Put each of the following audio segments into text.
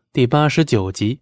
第89集。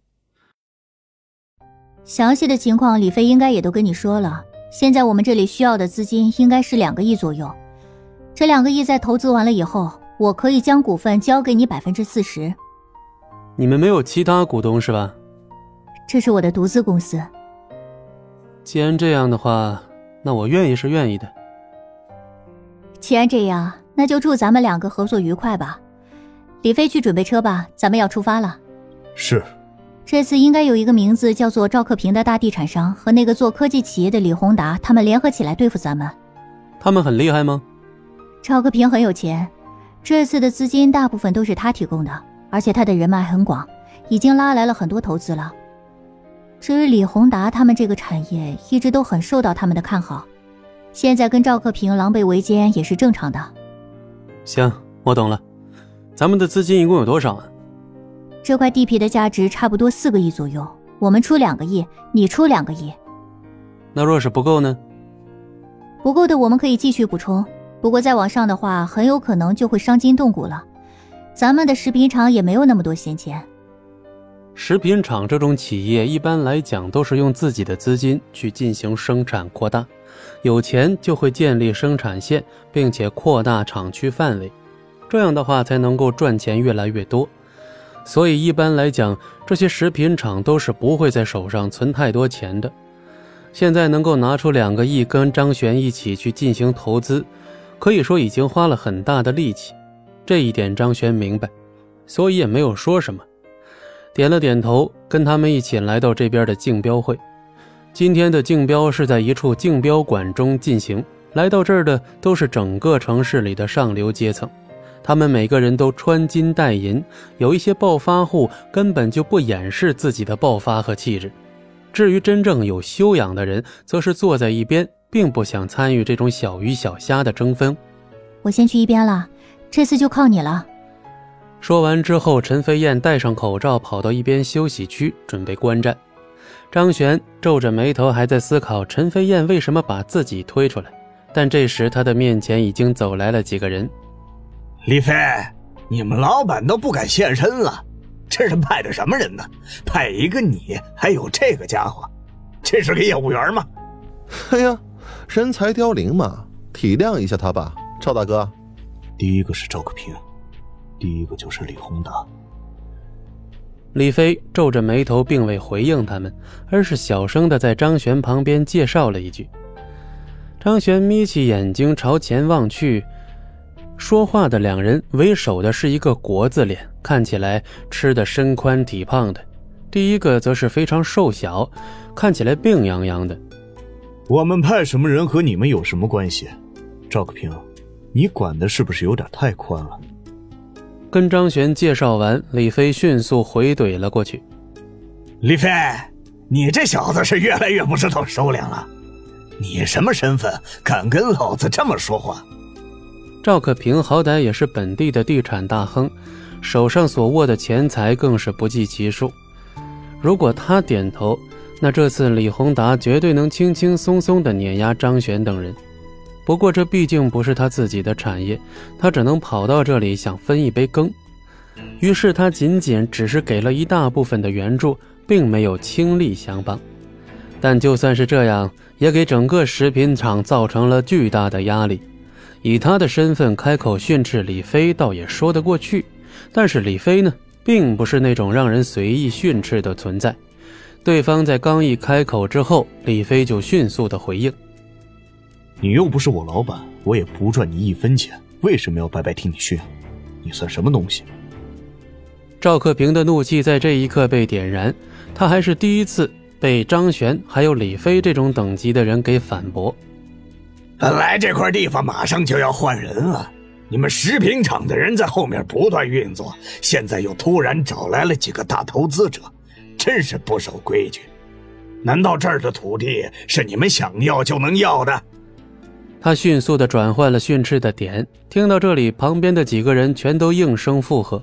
详细的情况李飞应该也都跟你说了，现在我们这里需要的资金应该是2个亿左右，这2个亿在投资完了以后，我可以将股份交给你40%。 你们没有其他股东是吧？ 这是我的独资公司。 既然这样的话，那我愿意是愿意的。 既然这样，那就祝咱们2个合作愉快吧。李飞去准备车吧，咱们要出发了。 是。 这次应该有一个名字叫做赵克平的大地产商和那个做科技企业的李宏达，他们联合起来对付咱们。 他们很厉害吗？ 赵克平很有钱，这次的资金大部分都是他提供的，而且他的人脉很广，已经拉来了很多投资了。至于李宏达他们这个产业一直都很受到他们的看好，现在跟赵克平狼狈为奸也是正常的。 行，我懂了。咱们的资金一共有多少啊？ 这块地皮的价值差不多4个亿左右，我们出2个亿，你出2个亿。 那若是不够呢？ 不够的我们可以继续补充，不过再往上的话很有可能就会伤筋动骨了。咱们的食品厂也没有那么多闲钱。 食品厂这种企业一般来讲都是用自己的资金去进行生产扩大，有钱就会建立生产线，并且扩大厂区范围，这样的话才能够赚钱越来越多。所以一般来讲，这些食品厂都是不会在手上存太多钱的。现在能够拿出2个亿跟张璇一起去进行投资，可以说已经花了很大的力气。这一点张璇明白，所以也没有说什么，点了点头，跟他们一起来到这边的竞标会。今天的竞标是在一处竞标馆中进行，来到这儿的都是整个城市里的上流阶层，他们每个人都穿金戴银，有一些暴发户根本就不掩饰自己的暴发和气质。至于真正有修养的人，则是坐在一边，并不想参与这种小鱼小虾的争锋。 我先去一边了，这次就靠你了。 说完之后，陈飞燕戴上口罩跑到一边休息区准备观战。张璇皱着眉头还在思考陈飞燕为什么把自己推出来，但这时他的面前已经走来了几个人。 李飞，你们老板都不敢现身了，这是派的什么人呢？派一个你，还有这个家伙，这是个业务员吗？ 哎呀，人才凋零嘛，体谅一下他吧，赵大哥。 第一个是赵克平，第一个就是李宏达。 李飞皱着眉头并未回应他们，而是小声地在张璇旁边介绍了一句。张璇眯起眼睛朝前望去，说话的2人为首的是一个国字脸，看起来吃得身宽体胖的，第一个则是非常瘦小，看起来病怏怏的。 我们派什么人和你们有什么关系？赵克平，你管的是不是有点太宽了？ 跟张璇介绍完，李飞迅速回怼了过去。 李飞，你这小子是越来越不知道收敛了，你什么身份敢跟老子这么说话？ 赵克平好歹也是本地的地产大亨，手上所握的钱财更是不计其数。如果他点头，那这次李宏达绝对能轻轻松松地碾压张璇等人。不过这毕竟不是他自己的产业，他只能跑到这里想分一杯羹。于是他仅只是给了一大部分的援助，并没有倾力相帮。但就算是这样，也给整个食品厂造成了巨大的压力。以他的身份开口训斥李飞倒也说得过去，但是李飞呢，并不是那种让人随意训斥的存在。对方在刚一开口之后，李飞就迅速的回应。 你又不是我老板，我也不赚你1分钱，为什么要白白听你训？你算什么东西？ 赵克平的怒气在这一刻被点燃，他还是第一次被张璇还有李飞这种等级的人给反驳。 本来这块地方马上就要换人了，你们食品厂的人在后面不断运作，现在又突然找来了几个大投资者，真是不守规矩。难道这儿的土地是你们想要就能要的？ 他迅速地转换了训斥的点，听到这里，旁边的几个人全都应声附和。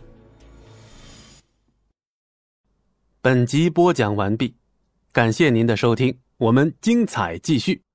本集播讲完毕，感谢您的收听，我们精彩继续。